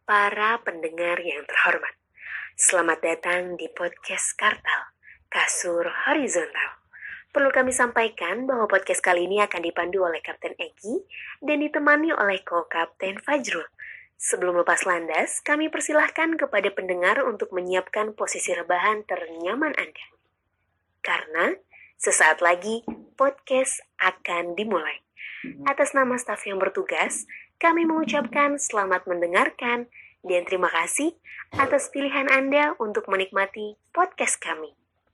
para pendengar yang terhormat. Selamat datang di podcast Kartal, Kasur Horizontal. Perlu kami sampaikan bahwa podcast kali ini akan dipandu oleh Kapten Egi dan ditemani oleh Ko-Kapten Fajrul. Sebelum lepas landas, kami persilahkan kepada pendengar untuk menyiapkan posisi rebahan ternyaman Anda. Karena sesaat lagi podcast akan dimulai. Atas nama staf yang bertugas, kami mengucapkan selamat mendengarkan dan terima kasih atas pilihan Anda untuk menikmati podcast kami.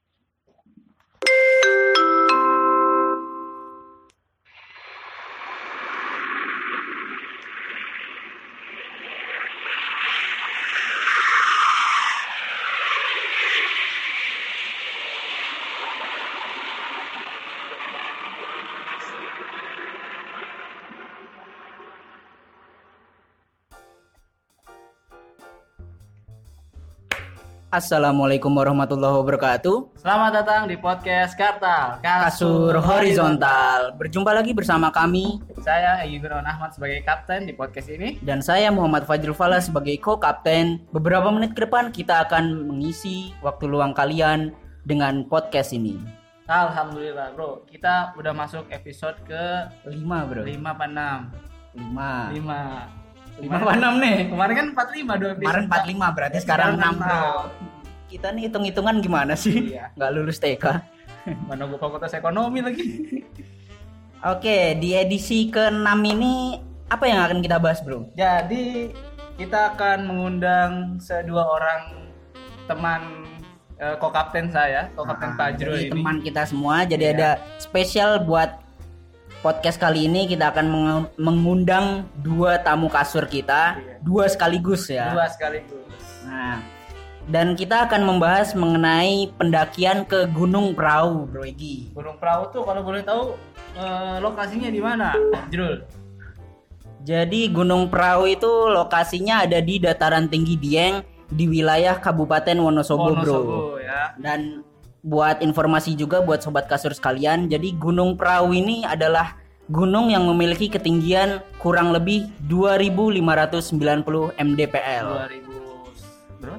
Assalamualaikum warahmatullahi wabarakatuh. Selamat datang di podcast Kartal, Kasur Horizontal. Berjumpa lagi bersama kami. Saya Egi Gunawan Ahmad sebagai kapten di podcast ini. Dan saya Muhammad Fajrul Fala sebagai co-kapten. Beberapa menit ke depan kita akan mengisi waktu luang kalian dengan podcast ini. Alhamdulillah bro, kita udah masuk episode ke 5 bro. 5 apa 6? 5 5 apa 6 nih? Kemarin kan 45 dua episode. Kemarin 45 berarti sekarang 6 bro. Kita nih hitung-hitungan gimana sih? Iya. Nggak lulus TK. Mana gue fakultas ekonomi lagi. Oke, di edisi ke-6 ini apa yang akan kita bahas bro? Jadi kita akan mengundang kedua orang teman ko-kapten saya, ko-kapten Fajrul jadi ini. teman kita semua. Jadi Iya. ada spesial buat podcast kali ini, kita akan mengundang dua tamu kasur kita, Iya. dua sekaligus ya. Dua sekaligus. Nah, dan kita akan membahas mengenai pendakian ke Gunung Prau, Bro Egi. Gunung Prau tuh kalau boleh tahu lokasinya di mana, Fajrul? Jadi Gunung Prau itu lokasinya ada di dataran tinggi Dieng di wilayah Kabupaten Wonosobo, Bro. Wonosobo ya. Dan buat informasi juga buat sobat kasur sekalian, jadi Gunung Prau ini adalah gunung yang memiliki ketinggian kurang lebih 2590 mdpl. 2000 bro?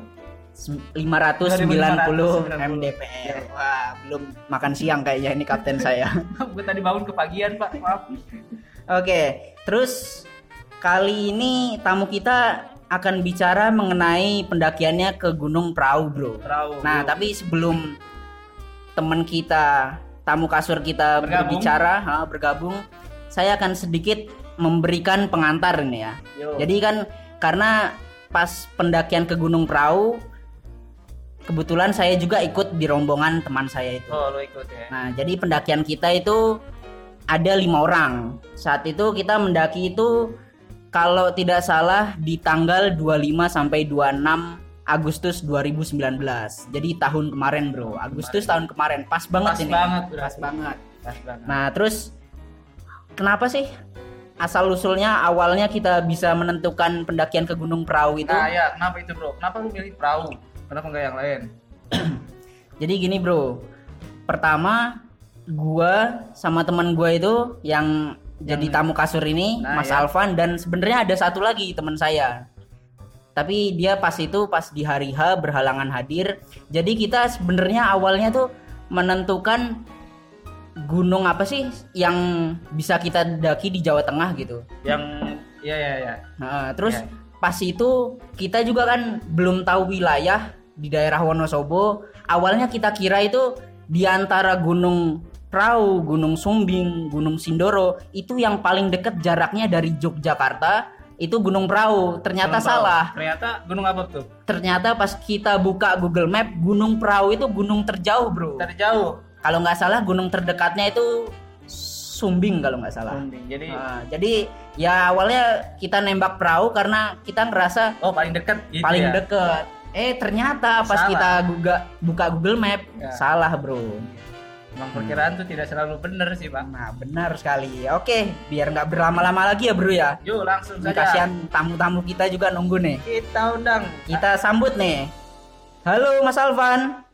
590 mdpl. Wah, belum makan siang kayaknya ini kapten saya. Gue tadi bangun kepagian pak, maaf. Oke, terus kali ini tamu kita akan bicara mengenai pendakiannya ke Gunung Prau, Bro. Prau. Nah, tapi sebelum teman kita, tamu kasur kita bergabung, saya akan sedikit memberikan pengantar ini ya. Yo. Jadi kan karena pas pendakian ke Gunung Prau, kebetulan saya juga ikut di rombongan teman saya itu. Oh, lo ikut ya. Nah, jadi pendakian kita itu ada 5 orang. Saat itu kita mendaki itu kalau tidak salah di tanggal 25 sampai 26 Agustus 2019. Jadi tahun kemarin, Bro. Agustus tahun kemarin. Pas banget Pas ini. banget, Pas banget. Pas banget. Nah, terus kenapa sih asal usulnya awalnya kita bisa menentukan pendakian ke Gunung Prau itu? Nah, ya, kenapa itu, Bro? Kenapa lu milih Prau? Kenapa enggak yang lain? Jadi gini, Bro. Pertama, gua sama teman gua itu yang jadi tamu kasur ini, Nah, Mas ya. Alvan, dan sebenarnya ada satu lagi teman saya. Tapi dia pas di hari H berhalangan hadir. Jadi kita sebenarnya awalnya tuh menentukan gunung apa sih yang bisa kita daki di Jawa Tengah gitu. Yang ya. Nah, terus Ya. pas itu kita juga kan belum tahu wilayah di daerah Wonosobo. Awalnya kita kira itu di antara Gunung Prau, Gunung Sumbing, Gunung Sindoro itu yang paling dekat jaraknya dari Yogyakarta itu Gunung Prau. Ternyata Gunung Prau. salah. Ternyata gunung apa tuh? Ternyata pas kita buka Google Map, Gunung Prau itu gunung terjauh, Bro. Terjauh. Kalau nggak salah gunung terdekatnya itu Sumbing kalau nggak salah. Sumbing. Jadi Nah, jadi ya awalnya kita nembak perahu karena kita ngerasa paling dekat gitu paling ya. deket. Ternyata pas Salah. kita buka Google Map Ya. salah, Bro. Emang perkiraan tuh tidak selalu bener sih, Bang. Nah, benar sekali. Oke, biar nggak berlama-lama lagi ya, Bro ya. Yuk, langsung Ini saja. kasihan tamu-tamu kita juga nunggu nih. Kita undang. Kita sambut nih. Halo Mas Alvan.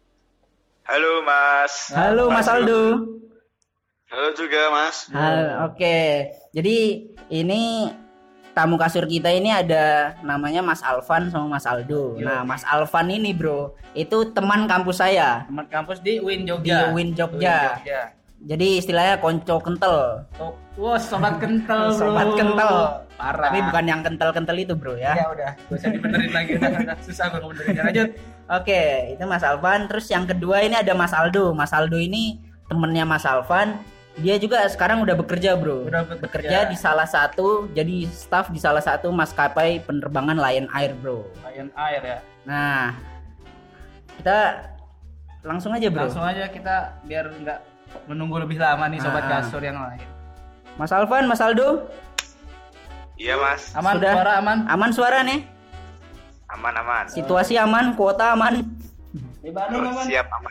Halo Mas. Halo Mas Aldo. Halo juga Mas. Oke. Jadi ini tamu kasur kita ini ada namanya Mas Alvan sama Mas Aldo. Nah, Mas Alvan ini bro, itu teman kampus saya. Teman kampus di UIN Di Jogja. UIN Jogja. Jadi istilahnya konco kental. Wah, sobat kental bro. Sobat kental. Parah. Tapi bukan yang kental-kental itu bro ya. Ya udah, gak usah dibenerin lagi. Udah susah gue benerin. Lanjut. Oke, itu Mas Alvan. Terus yang kedua ini ada Mas Aldo. Mas Aldo ini temennya Mas Alvan. Dia juga sekarang udah bekerja bro. Udah bekerja. di salah satu, jadi staff di salah satu maskapai penerbangan Lion Air bro. Lion Air ya. Nah, kita langsung aja bro. Langsung aja kita biar nggak menunggu lebih lama nih sobat kasur yang lain. Mas Alvan, Mas Aldo, Iya mas, Aman, Sudah. suara aman. aman suara nih? aman. Situasi aman, kuota aman. Di Bandung aman. Siap aman.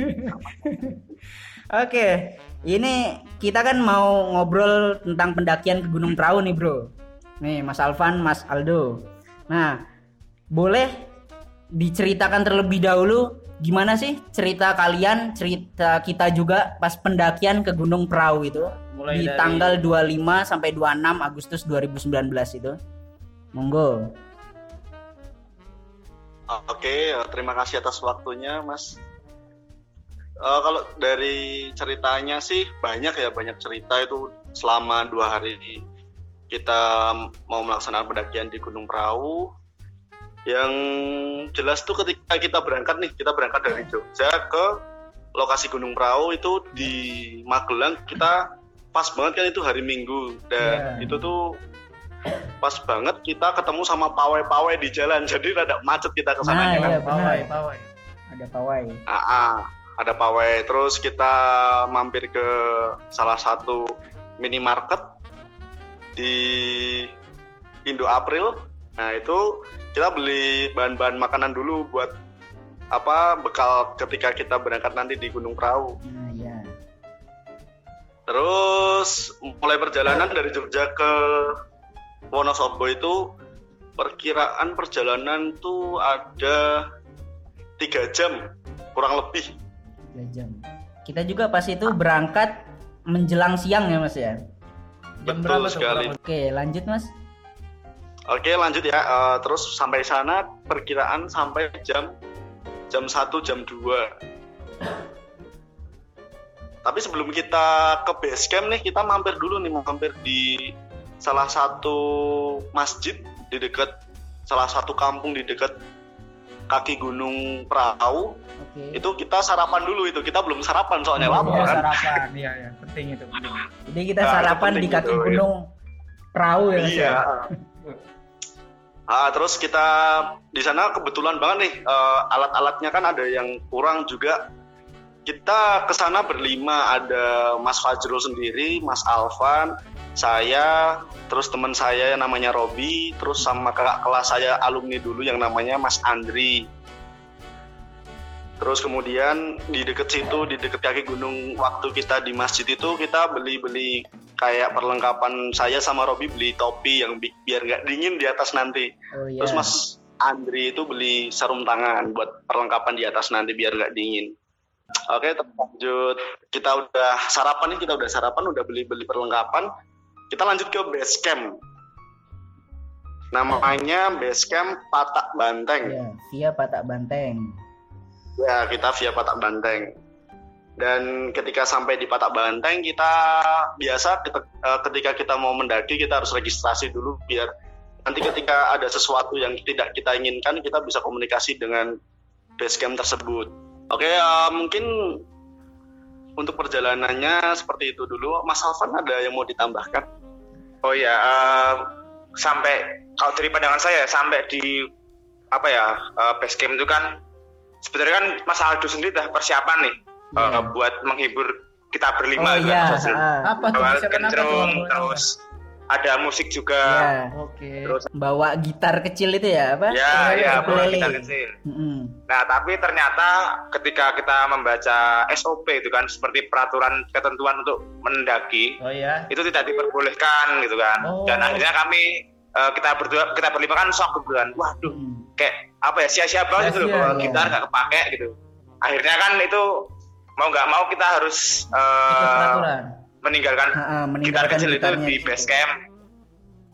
Oke, ini kita kan mau ngobrol tentang pendakian ke Gunung Prau nih bro. Nih Mas Alvan, Mas Aldo. Nah, boleh diceritakan terlebih dahulu gimana sih cerita kalian, cerita kita juga pas pendakian ke Gunung Prau itu Mulai di dari- tanggal 25 sampai 26 Agustus 2019 itu. Monggo. Oke, terima kasih atas waktunya, Mas. Kalau dari ceritanya sih banyak cerita itu selama 2 hari kita mau melaksanakan pendakian di Gunung Prau. Yang jelas tuh ketika kita berangkat dari Jogja ke lokasi Gunung Prau itu di Magelang, kita pas banget kan itu hari Minggu dan itu tuh pas banget kita ketemu sama pawai-pawai di jalan, jadi rada macet kita Nah, kesananya kan. iya benar. Pawai. Ada pawai. Ada pawai, terus kita mampir ke salah satu minimarket di Indo April. Nah itu kita beli bahan-bahan makanan dulu buat bekal ketika kita berangkat nanti di Gunung Prau. Nah, iya. Terus mulai perjalanan dari Jogja ke Wonosobo itu perkiraan perjalanan tuh ada 3 jam kurang lebih. 3 jam. Kita juga pas itu berangkat menjelang siang ya Mas ya. Jam Betul berapa tuh? sekali. Oke, lanjut Mas. Oke lanjut ya. Terus sampai sana perkiraan sampai jam 1 jam 2. Tapi sebelum kita ke base camp nih, kita mampir di salah satu masjid di dekat salah satu kampung di dekat kaki Gunung Prau. Oke. Itu kita sarapan dulu, itu kita belum sarapan soalnya lapar Iya, kan. sarapan. Iya, penting itu. Jadi kita Nah, sarapan itu di penting kaki gitu, Gunung Prau ya Mas Iya. ya. Terus kita di sana kebetulan banget nih alat-alatnya kan ada yang kurang juga. Kita ke sana berlima, ada Mas Fajrul sendiri, Mas Alvan, saya, terus teman saya yang namanya Robi, terus sama kakak kelas saya alumni dulu yang namanya Mas Andri. Terus kemudian di dekat situ, di dekat kaki gunung, waktu kita di masjid itu kita beli kayak perlengkapan. Saya sama Robi beli topi yang biar nggak dingin di atas nanti. Oh iya. Terus Mas Andri itu beli sarung tangan buat perlengkapan di atas nanti biar nggak dingin. Oke, lanjut. Kita udah sarapan, udah beli perlengkapan. Kita lanjut ke base camp. Namanya base camp Patak Banteng. Iya, via Patak Banteng. Ya, kita via Patak Banteng. Dan ketika sampai di Patak Banteng, kita biasa ketika kita mau mendaki, kita harus registrasi dulu biar nanti ketika ada sesuatu yang tidak kita inginkan, kita bisa komunikasi dengan base camp tersebut. Oke, mungkin untuk perjalanannya seperti itu dulu. Mas Alvan ada yang mau ditambahkan? Oh ya, sampai kalau dari pandangan saya sampai di base camp itu kan sebenarnya kan Mas Aldo sendiri udah persiapan nih buat menghibur kita Oh berlima kan, iya. Mas Aldo. Apa tuh? Awal Persiapan apa tuh? kencrung, terus ada musik juga. Iya. Oke. Terus Bawa gitar kecil itu ya, apa? ya bawa Ukulele. gitar kecil. Mm-mm. Nah, tapi ternyata ketika kita membaca SOP itu kan seperti peraturan ketentuan untuk mendaki, Oh iya. itu tidak diperbolehkan gitu kan. Oh. Dan akhirnya kami kita berlima kan shock gitu kan. Waduh, kayak sia-sia banget gitu loh, Sia-sia, bawa ya. gitar nggak kepake gitu. Akhirnya kan itu mau nggak mau kita harus Ikut peraturan. meninggalkan gitar Meninggalkan kecil itu gitarnya di situ. base camp.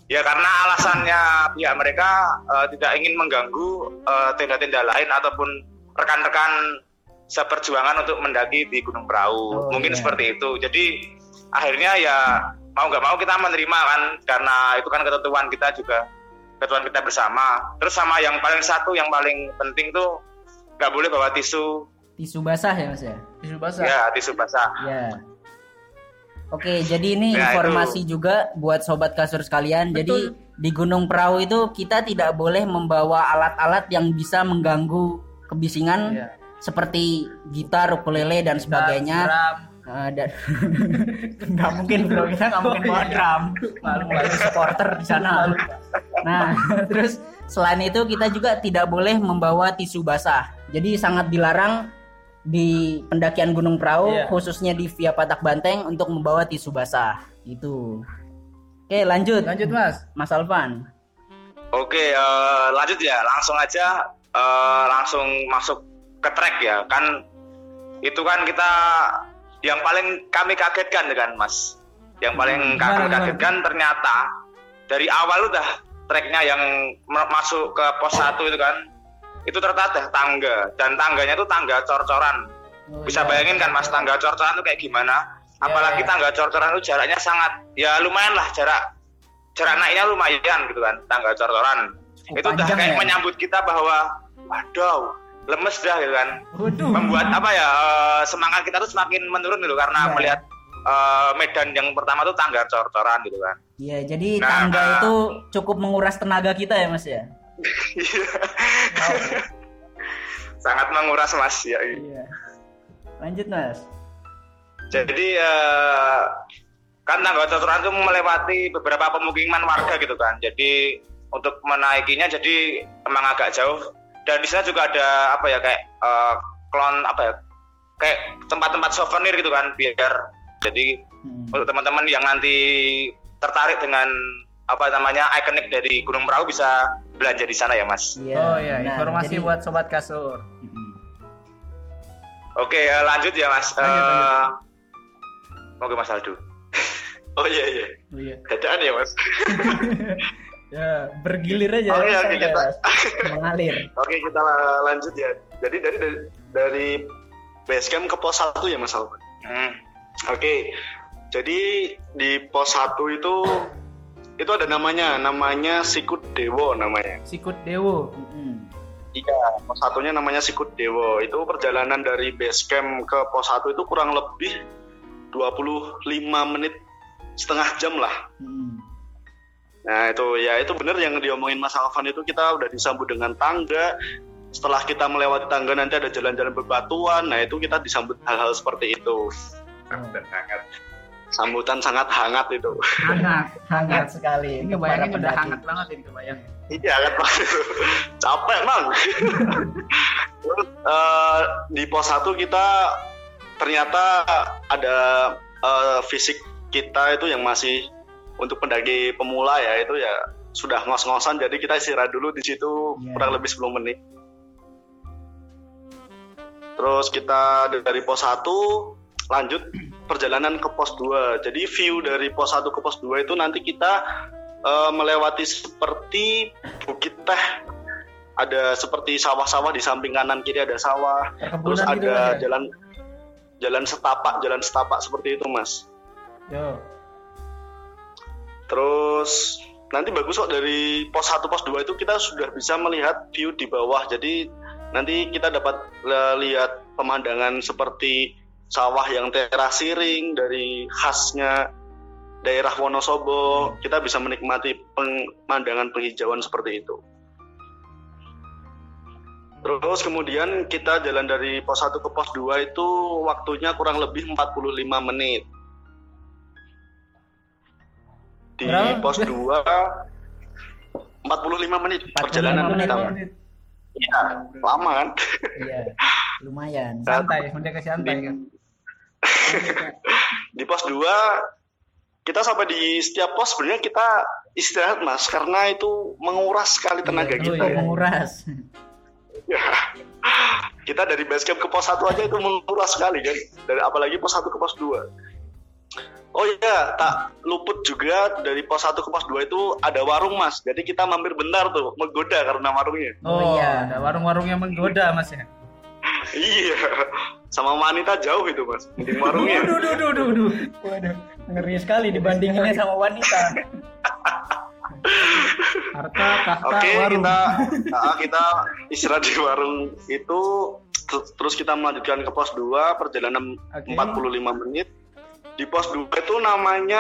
Ya karena alasannya pihak mereka tidak ingin mengganggu tenda-tenda lain ataupun rekan-rekan seperjuangan untuk mendaki di Gunung Prau. Mungkin seperti itu. Jadi akhirnya ya mau nggak mau kita menerima kan, karena itu kan ketentuan kita juga, ketentuan kita bersama. Terus sama yang paling penting tuh nggak boleh bawa tisu basah ya Mas ya? Tisu basah. Ya, tisu basah. Ya. Oke, jadi ini informasi juga buat sobat kasur sekalian. Betul. Jadi di Gunung Prau itu kita tidak boleh membawa alat-alat yang bisa mengganggu kebisingan seperti gitar, ukulele dan sebagainya. Dan nggak mungkin bro, kita nggak mungkin bawa drum, malu supporter di sana. Nah, terus selain itu kita juga tidak boleh membawa tisu basah. Jadi sangat dilarang di pendakian Gunung Prau, khususnya di Via Patak Banteng untuk membawa tisu basah. Itu. Oke, lanjut Mas Alvan. Oke, lanjut ya, langsung aja langsung masuk ke track ya. Kan itu kan kita yang paling kami kagetkan kan Mas. Yang paling kami kagetkan ternyata dari awal udah tracknya yang masuk ke pos 1 itu kan, itu ternyata ada tangga, dan tangganya itu tangga cor-coran. Bisa bayangin kan Mas, tangga cor-coran itu kayak gimana? Apalagi tangga cor-coran itu jaraknya sangat, ya lumayan lah, jarak naiknya lumayan gitu kan, tangga cor-coran. Itu udah kayak menyambut kita bahwa waduh, lemes dah gitu kan. Membuat semangat kita tuh semakin menurun gitu, karena melihat medan yang pertama tuh tangga cor-coran gitu kan. Iya, jadi tangga itu cukup menguras tenaga kita ya Mas ya. Sangat menguras Mas ya. Iya. Lanjut Mas. Jadi kan tangga cor-coran itu melewati beberapa pemukiman warga gitu kan. Jadi untuk menaikinya jadi emang agak jauh, dan di sana juga ada kayak tempat-tempat souvenir gitu kan, biar jadi untuk teman-teman yang nanti tertarik dengan ikonik dari Gunung Prau bisa belanja di sana ya Mas. Informasi buat sobat kasur. Oke, lanjut ya Mas. Mau ke Mas Aldo. Oh iya. Dadaan ya Mas. Ya, bergilir aja. Oke, kita mengalir. Oke, kita lanjut ya. Jadi dari base camp ke pos 1 ya Mas Alvan. Oke. Jadi di pos 1 itu ada namanya Sikut Dewo namanya. Sikut Dewo. Iya, pos 1-nya namanya Sikut Dewo. Itu perjalanan dari base camp ke pos 1 itu kurang lebih 25 menit, setengah jam lah. Nah itu benar yang diomongin Mas Alvan, itu kita udah disambut dengan tangga. Setelah kita melewati tangga nanti ada jalan-jalan berbatuan. Nah itu kita disambut hal-hal seperti itu. Sambutan sangat hangat itu. Hangat sekali. Ini kebayangin udah hangat banget ini kebayangin. Iya hangat banget itu. Capek Bang. Terus di pos 1 kita ternyata ada fisik kita itu yang masih untuk pendaki pemula ya, itu ya sudah ngos-ngosan, jadi kita istirahat dulu di situ kurang lebih 10 menit. Terus kita dari pos 1 lanjut perjalanan ke pos 2. Jadi view dari pos 1 ke pos 2 itu nanti kita melewati seperti bukit teh. Ada seperti sawah-sawah, di samping kanan kiri ada sawah. Terus ada jalan setapak seperti itu Mas. Terus nanti bagus kok, dari pos 1 pos 2 itu kita sudah bisa melihat view di bawah. Jadi nanti kita dapat lihat pemandangan seperti sawah yang terasiring dari khasnya daerah Wonosobo. Kita bisa menikmati pemandangan penghijauan seperti itu. Terus kemudian kita jalan dari pos 1 ke pos 2 itu waktunya kurang lebih 45 menit. Di pos 2 45 menit perjalanan kita. Iya, lama kan? Iya, lumayan. Santai, udah ke santai kan. Di pos 2 kita sampai di setiap pos sebenarnya kita istirahat Mas, karena itu menguras sekali tenaga kita. Menguras. Ya. Kita dari base camp ke pos 1 aja itu menguras sekali kan. Dari apalagi pos 1 ke pos 2. Oh iya, tak luput juga dari pos 1 ke pos 2 itu ada warung Mas. Jadi kita mampir bentar tuh, menggoda karena warungnya. Oh, iya. ada warung-warung yang menggoda Mas ya. Iya, sama wanita jauh itu Mas. Mending warungnya. Duh. Waduh, ngeri sekali dibandinginnya sama wanita. Harta, tahta, Oke, warung. kita istirahat di warung itu, terus kita melanjutkan ke pos 2, perjalanan Oke. 45 menit. Di pos 2 itu namanya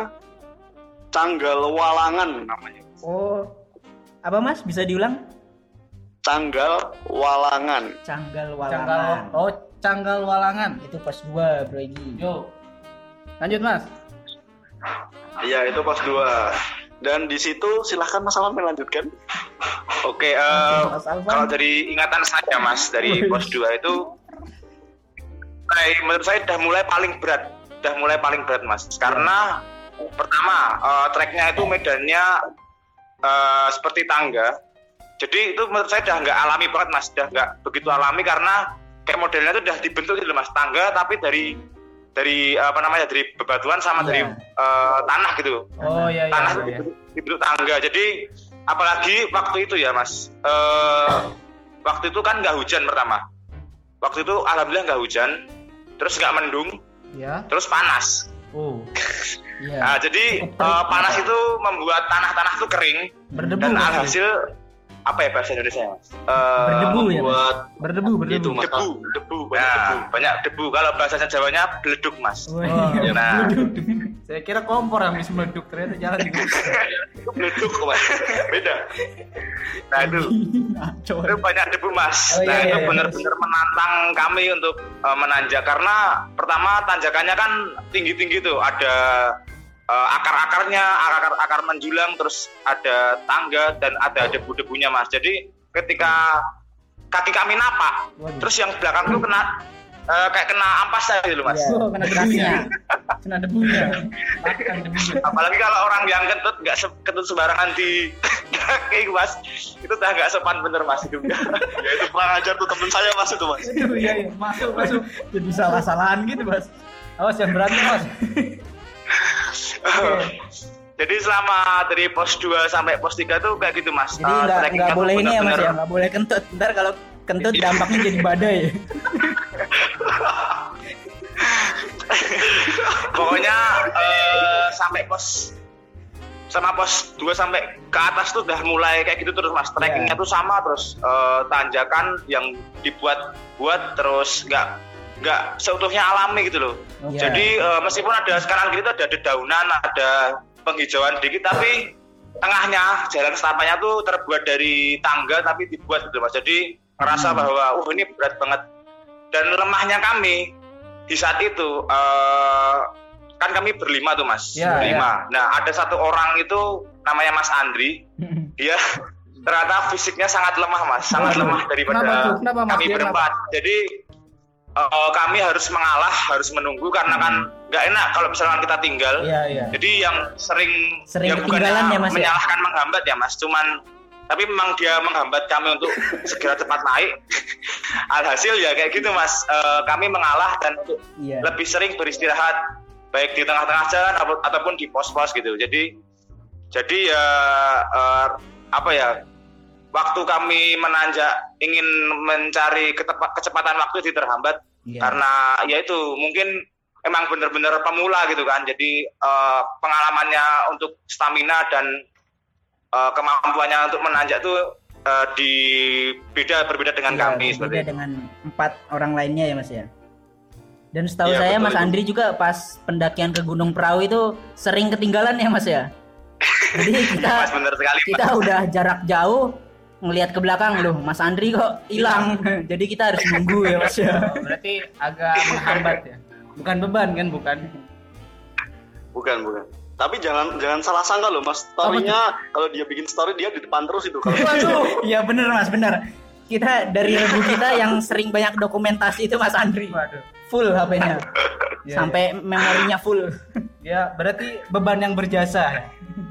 Canggal Walangan namanya. Oh, apa Mas? Bisa diulang? Canggal Walangan. Canggal Canggal, Walangan. Canggal Walangan. Itu pas 2, Bro Egi. Yo. Lanjut Mas. Iya, itu pos 2. Dan di situ silahkan Mas Alwan melanjutkan. Oke, Mas Alvan. kalau dari ingatan saya Mas dari pos 2 itu menurut saya udah mulai paling berat Mas, karena pertama treknya itu medannya seperti tangga, jadi itu menurut saya udah nggak alami banget Mas, udah nggak begitu alami karena kayak modelnya itu udah dibentuk gitu Mas, tangga tapi dari bebatuan sama Iya. dari tanah gitu. Oh iya Tanah iya. itu iya. dibentuk tangga, jadi apalagi waktu itu ya Mas, waktu itu kan nggak hujan pertama, waktu itu alhamdulillah nggak hujan, terus nggak mendung, Ya. terus panas. Oh. Iya. Nah, jadi Cukup terik, panas Pak. itu membuat tanah-tanah itu kering Berdebu. dan Mas. alhasil apa ya bahasa Indonesia Mas? Berdebu ya, Mas? Buat Berdebu. itu Mas. Debu, Banyak debu. banyak debu. Kalau bahasa Jawanya beleduk Mas. Oh, Oh, iya. Nah, Saya kira kompor habis meleduk, ternyata jalan di beleduk Mas. Beda. nah itu Ngaco. itu banyak debu Mas. Oh, iya, Nah iya, itu iya. benar-benar menantang kami untuk menanjak karena pertama tanjakannya kan tinggi-tinggi tuh, ada akar-akarnya, akar menjulang, terus ada tangga dan ada debu-debunya Mas. Jadi ketika kaki kami napak, Waduh. terus yang belakang tuh kena kayak kena ampas aja gitu Mas. Iya, kena derasnya. kena debunya. Makan debunya. Apalagi kalau orang yang kentut nggak kentut sembarangan di kaki Mas, itu udah nggak sopan bener Mas itu. Ya itu kurang ajar tuh temen saya Mas itu Mas. Aduh, iya, iya. Masuk. Jadi salah-salahan gitu, Mas. Awas jangan berantem, Mas. Jadi selama dari pos 2 sampai pos 3 tuh kayak gitu Mas. Jadi nggak Trekkingnya tuh boleh ini ya Mas bener-bener- ya, nggak boleh kentut. Ntar kalau kentut dampaknya jadi badai. Pokoknya sampai pos 2 sampai ke atas tuh udah mulai kayak gitu terus Mas. Trekkingnya tuh sama terus, tanjakan yang dibuat terus nggak seutuhnya alami gitu loh. Iya. Jadi meskipun ada sekarang gitu ada dedaunan, ada penghijauan dikit, tapi tengahnya jalan setapanya tuh terbuat dari tangga tapi dibuat gitu Mas. Jadi ngerasa bahwa ini berat banget. Dan lemahnya kami di saat itu kan kami berlima tuh Mas, Ya, berlima. Nah ada satu orang itu namanya Mas Andri, dia ternyata fisiknya sangat lemah Mas, sangat Waduh. lemah daripada Kenapa tuh? Kenapa, Mas? kami Dia berempat. Jadi kami harus mengalah, harus menunggu karena kan nggak enak kalau misalkan kita tinggal. Iya, iya. Jadi yang sering Sering bukannya ketinggalan ya, Mas, ya? menyalahkan menghambat ya Mas, cuman tapi memang dia menghambat kami untuk segera cepat naik. Alhasil ya kayak gitu Mas, kami mengalah dan untuk Iya. lebih sering beristirahat baik di tengah-tengah jalan ataupun di pos-pos gitu. Jadi ya apa ya, waktu kami menanjak ingin mencari kecepatan waktu terhambat. Iya. Karena ya itu mungkin emang benar-benar pemula gitu kan. Jadi pengalamannya untuk stamina dan kemampuannya untuk menanjak tuh berbeda dengan Iya, kami seperti berbeda itu. dengan 4 orang lainnya ya Mas ya. Dan setahu Iya, saya betul Mas itu. Andri juga pas pendakian ke Gunung Prau itu sering ketinggalan ya Mas ya. Jadi Mas benar sekali. kita udah jarak jauh ngelihat ke belakang loh, Mas Andri kok hilang. Jadi kita harus nunggu ya Mas ya. Oh, berarti agak menghambat ya. Bukan beban kan, bukan? Bukan. Tapi jangan salah sangka loh Mas. Story-nya kalau dia bikin story dia di depan terus itu. Kalau Waduh, iya bener Mas, bener. Kita dari regu kita yang sering banyak dokumentasi itu Mas Andri. Waduh. Full HP-nya. Ya, Sampai memorinya full. ya berarti beban yang berjasa.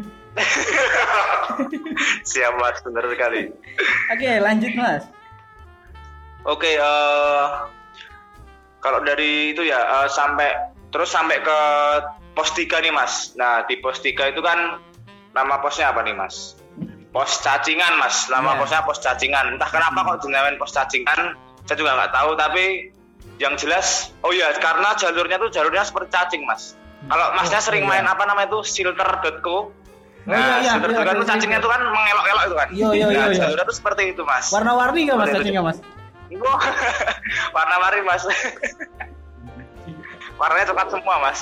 Siap Mas, benar sekali. Oke, lanjut Mas. Oke, kalau dari itu ya sampai ke pos 3 nih Mas. Nah di pos 3 itu kan nama posnya apa nih Mas? Pos cacingan Mas. Nama posnya pos cacingan. Entah kenapa kok dinamain pos cacingan, saya juga nggak tahu. Tapi yang jelas, oh ya karena jalurnya seperti cacing Mas. Kalau Masnya sering main apa namanya itu silter.co. Nah, silter.co kan cacingnya itu kan mengelok-elok itu kan. Iya. Jalurnya tuh seperti itu Mas. Warna-warni nggak Mas Seperti itu. cacingnya Mas? Warna-warni Mas. Warnanya coklat semua Mas.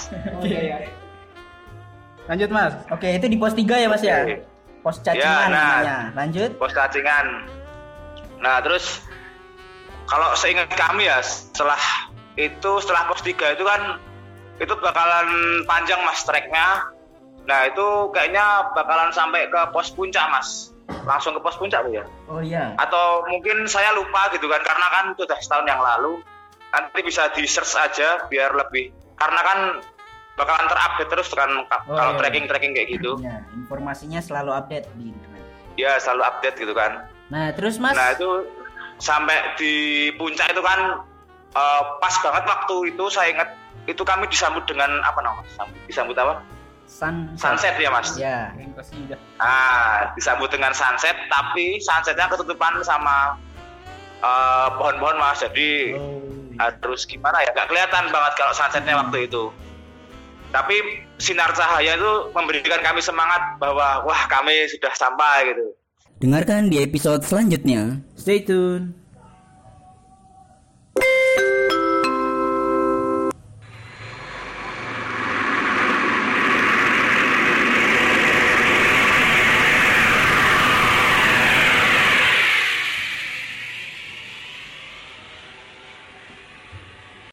Lanjut Mas. Oke, itu di pos 3 ya Mas ya? Oke. Pos cacingan Ya, nah. namanya. Lanjut. Pos cacingan. Nah terus kalau seingat kami ya setelah pos 3 itu kan itu bakalan panjang Mas treknya. Nah itu kayaknya bakalan sampai ke pos puncak Mas. Langsung ke pos puncak tuh ya. Oh iya. Atau mungkin saya lupa gitu kan karena kan itu udah setahun yang lalu. Nanti bisa di search aja biar lebih karena kan bakalan terupdate terus kan kalau trekking kayak gitu. Ya, informasinya selalu update di internet. Ya selalu update gitu kan. Nah, terus Mas. Nah itu sampai di puncak itu kan pas banget waktu itu saya ingat itu kami disambut dengan apa namanya? Disambut apa? Sunset ya Mas. Ya. Disambut dengan sunset tapi sunsetnya ketutupan sama pohon-pohon Mas. Jadi terus gimana ya? Gak kelihatan banget kalau sunsetnya waktu itu. Tapi sinar cahaya itu memberikan kami semangat bahwa wah kami sudah sampai gitu. Dengarkan di episode selanjutnya. Stay tune.